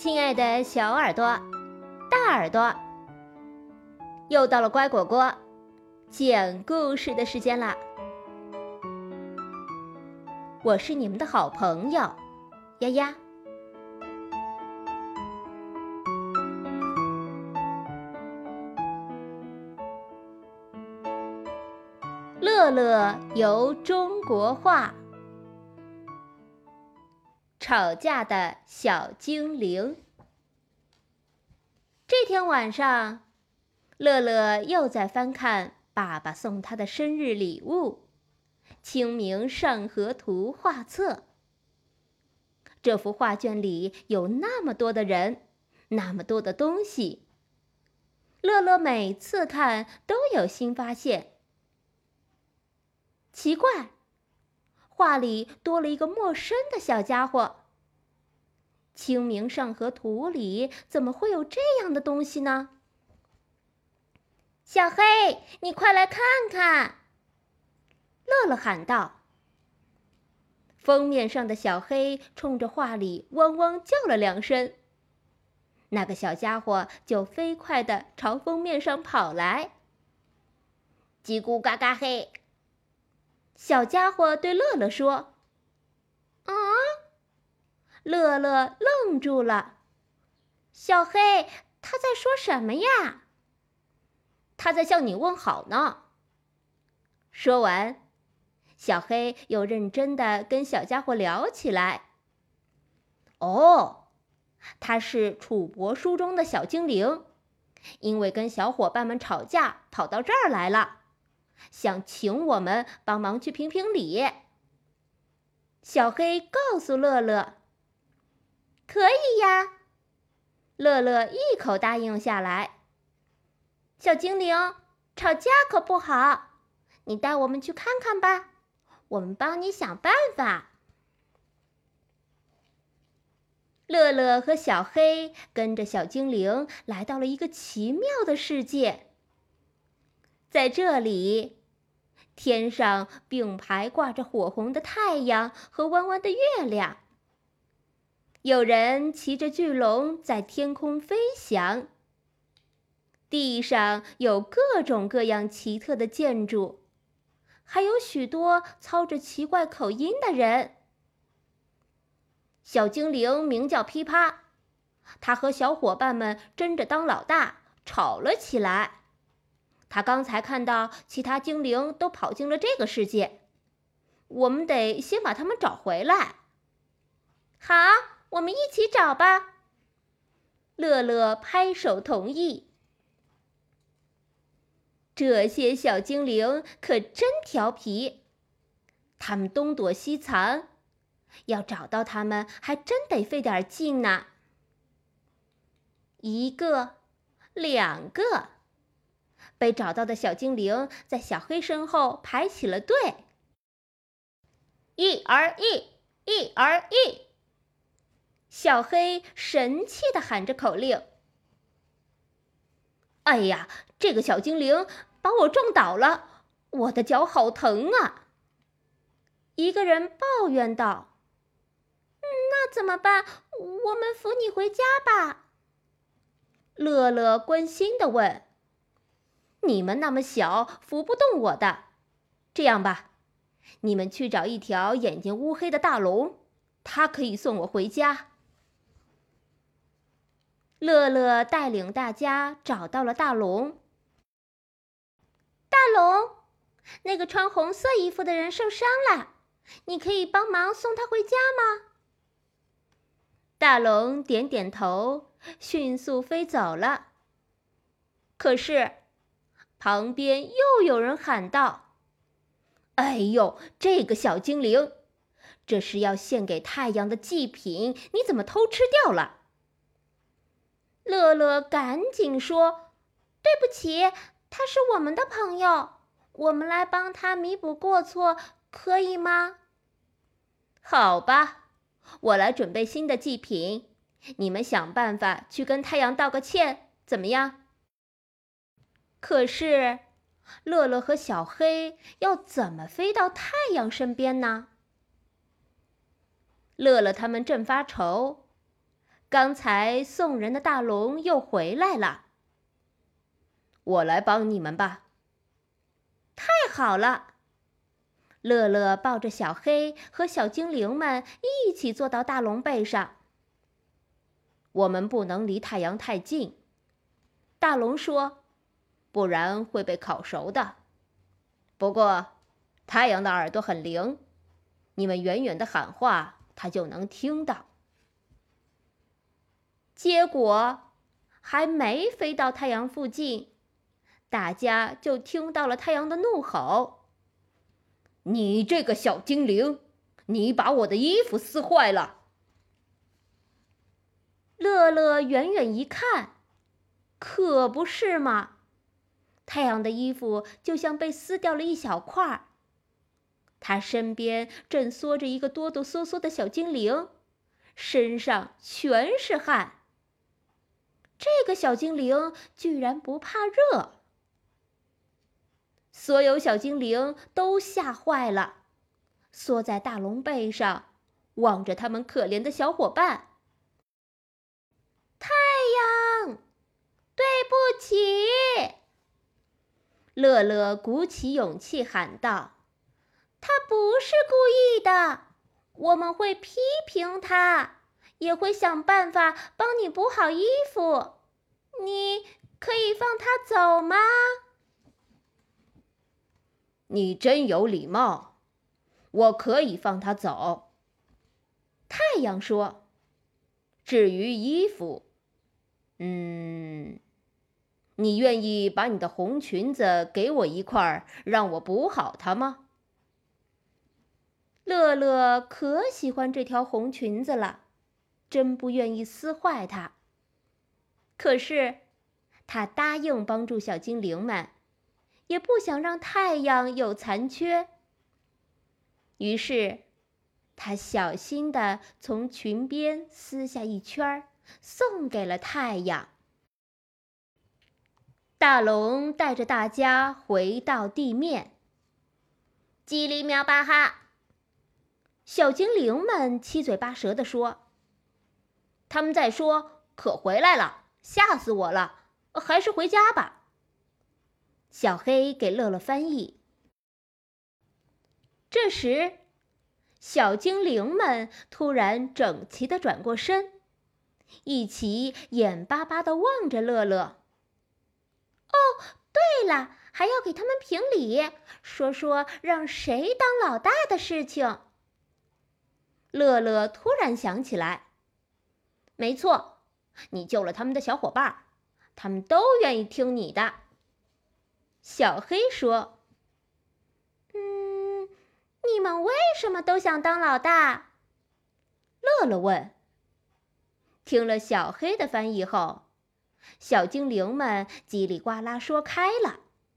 亲爱的小耳朵、大耳朵，又到了乖果果讲故事的时间啦！我是你们的好朋友丫丫。乐乐游中国话。吵架的小精灵。这天晚上，乐乐又在翻看爸爸送他的生日礼物《清明上河图》画册。这幅画卷里有那么多的人，那么多的东西。乐乐每次看都有新发现。奇怪，画里多了一个陌生的小家伙。清明上河图里怎么会有这样的东西呢？小黑，你快来看看！乐乐喊道。封面上的小黑冲着画里汪汪叫了2声，那个小家伙就飞快地朝封面上跑来。叽咕嘎嘎嘿！小家伙对乐乐说：“啊！”乐乐愣住了。小黑，他在说什么呀？他在向你问好呢。说完，小黑又认真地跟小家伙聊起来。哦，他是楚国书中的小精灵，因为跟小伙伴们吵架，跑到这儿来了，想请我们帮忙去评评理。小黑告诉乐乐：“可以呀。”乐乐一口答应下来。小精灵，吵架可不好，你带我们去看看吧，我们帮你想办法。乐乐和小黑跟着小精灵来到了一个奇妙的世界。在这里，天上并排挂着火红的太阳和弯弯的月亮。有人骑着巨龙在天空飞翔，地上有各种各样奇特的建筑，还有许多操着奇怪口音的人。小精灵名叫噼啪，他和小伙伴们争着当老大，吵了起来。他刚才看到其他精灵都跑进了这个世界，我们得先把他们找回来。好，我们一起找吧。乐乐拍手同意。这些小精灵可真调皮，他们东躲西藏，要找到他们还真得费点劲呢。1个、2个，被找到的小精灵在小黑身后排起了队。1而1，1而1。小黑神气地喊着口令。哎呀，这个小精灵把我撞倒了，我的脚好疼啊！一个人抱怨道。那怎么办？我们扶你回家吧。乐乐关心地问。你们那么小，扶不动我的。这样吧，你们去找一条眼睛乌黑的大龙，它可以送我回家。乐乐带领大家找到了大龙。大龙，那个穿红色衣服的人受伤了，你可以帮忙送他回家吗？大龙点点头，迅速飞走了。可是，旁边又有人喊道：“哎呦，这个小精灵，这是要献给太阳的祭品，你怎么偷吃掉了？”乐乐赶紧说：“对不起，他是我们的朋友，我们来帮他弥补过错，可以吗？”好吧，我来准备新的祭品，你们想办法去跟太阳道个歉，怎么样？可是，乐乐和小黑要怎么飞到太阳身边呢？乐乐他们正发愁， 刚才送人的大龙又回来了。我来帮你们吧。太好了！乐乐抱着小黑和小精灵们一起坐到大龙背上。我们不能离太阳太近，大龙说，不然会被烤熟的。不过，太阳的耳朵很灵，你们远远的喊话，它就能听到。结果，还没飞到太阳附近，大家就听到了太阳的怒吼：“你这个小精灵，你把我的衣服撕坏了！”乐乐远远一看，可不是嘛，太阳的衣服就像被撕掉了一小块。他身边正缩着一个哆哆嗦嗦的小精灵，身上全是汗。这个小精灵居然不怕热。所有小精灵都吓坏了，缩在大龙背上，望着他们可怜的小伙伴。太阳，对不起！乐乐鼓起勇气喊道：“他不是故意的，我们会批评他，也会想办法帮你补好衣服。你可以放他走吗？”你真有礼貌，我可以放他走。太阳说：“至于衣服，你愿意把你的红裙子给我一块，让我补好它吗？”乐乐可喜欢这条红裙子了，真不愿意撕坏它。可是，他答应帮助小精灵们，也不想让太阳有残缺。于是，他小心地从裙边撕下一圈，送给了太阳。大龙带着大家回到地面。叽里喵巴哈！小精灵们七嘴八舌地说：“他们在说可回来了，吓死我了，还是回家吧。”小黑给乐乐翻译。这时，小精灵们突然整齐地转过身，一起眼巴巴地望着乐乐。哦，对了，还要给他们评理，说说让谁当老大的事情。乐乐突然想起来，没错，你救了他们的小伙伴，他们都愿意听你的。小黑说：“你们为什么都想当老大？”乐乐问。听了小黑的翻译后，小精灵们叽里呱啦说开了。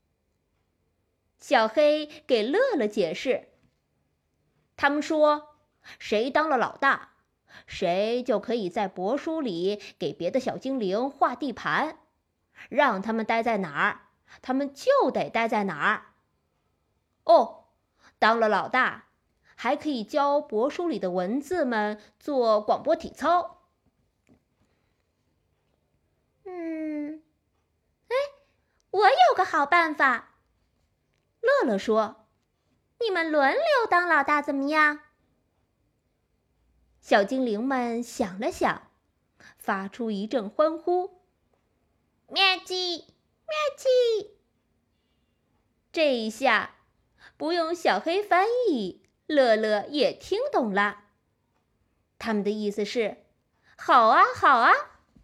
小黑给乐乐解释，他们说，谁当了老大，谁就可以在帛书里给别的小精灵画地盘，让他们待在哪儿，他们就得待在哪儿。哦，当了老大，还可以教帛书里的文字们做广播体操。我有个好办法。乐乐说：“你们轮流当老大怎么样？”小精灵们想了想，发出一阵欢呼：“妙计，妙计！”这一下，不用小黑翻译，乐乐也听懂了。他们的意思是：“好啊，好啊。”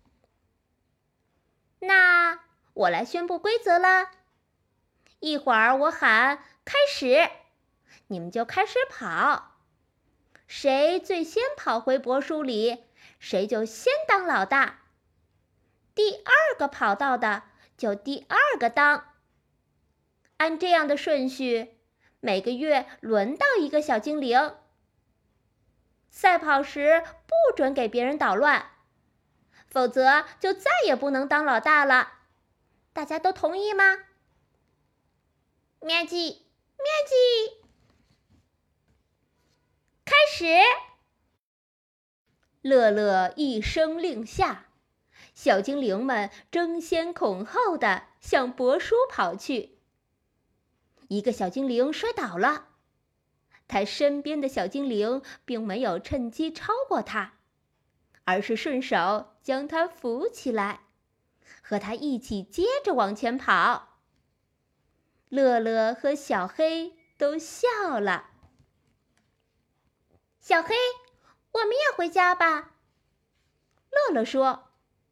那我来宣布规则啦。一会儿我喊开始，你们就开始跑。谁最先跑回帛书里，谁就先当老大。第二个跑到的就第二个当。按这样的顺序，每个月轮到一个小精灵。赛跑时不准给别人捣乱，否则就再也不能当老大了。大家都同意吗？妙计，妙计！开始！ 乐乐一声令下，小精灵们争先恐后地向帛书跑去。一个小精灵摔倒了，他身边的小精灵并没有趁机超过他，而是顺手将他扶起来，和他一起接着往前跑。乐乐和小黑都笑了。小黑，我们也回家吧。乐乐说。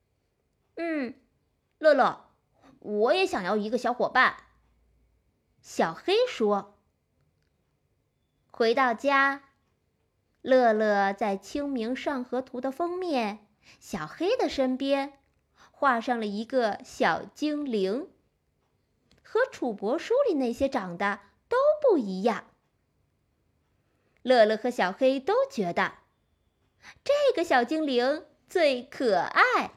乐乐，我也想要一个小伙伴。小黑说。回到家，乐乐在《清明上河图》的封面，小黑的身边画上了一个小精灵，和楚帛书里那些长得都不一样。乐乐和小黑都觉得这个小精灵最可爱。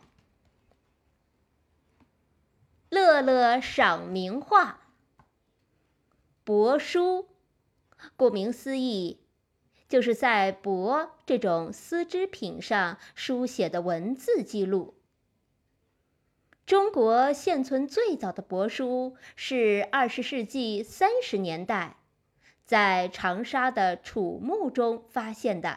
乐乐赏名画。帛书，顾名思义，就是在帛这种丝织品上书写的文字记录。中国现存最早的帛书是20世纪30年代在长沙的楚墓中发现的。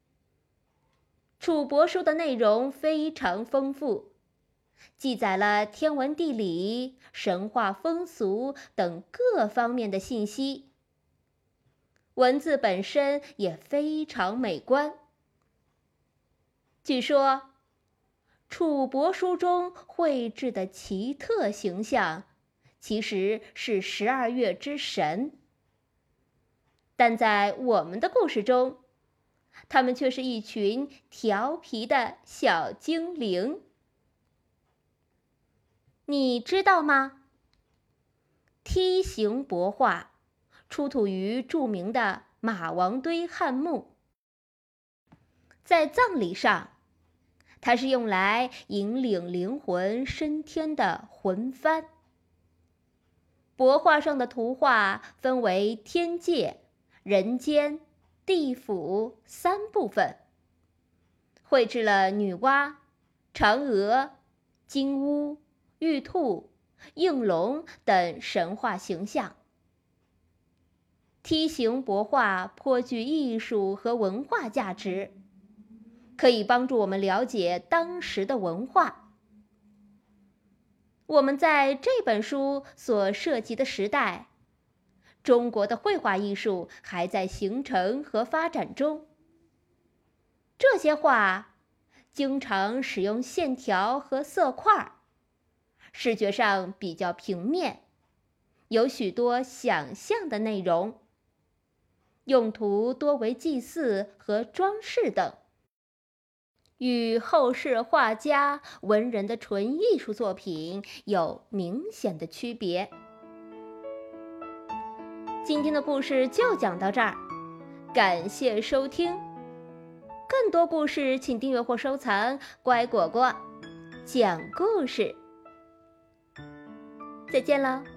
楚帛书的内容非常丰富，记载了天文地理、神话风俗等各方面的信息。文字本身也非常美观。据说，楚帛书中绘制的奇特形象，其实是12月之神。但在我们的故事中，他们却是一群调皮的小精灵。你知道吗？梯形帛画出土于著名的马王堆汉墓。在葬礼上，它是用来引领灵魂升天的魂幡。帛画上的图画分为天界、人间、地府3部分，绘制了女娲、嫦娥、金乌、玉兔、应龙等神话形象。梯形帛画颇具艺术和文化价值，可以帮助我们了解当时的文化。我们在这本书所涉及的时代，中国的绘画艺术还在形成和发展中。这些画经常使用线条和色块，视觉上比较平面，有许多想象的内容，用途多为祭祀和装饰等，与后世画家、文人的纯艺术作品有明显的区别。今天的故事就讲到这儿，感谢收听。更多故事请订阅或收藏乖果果讲故事。再见了。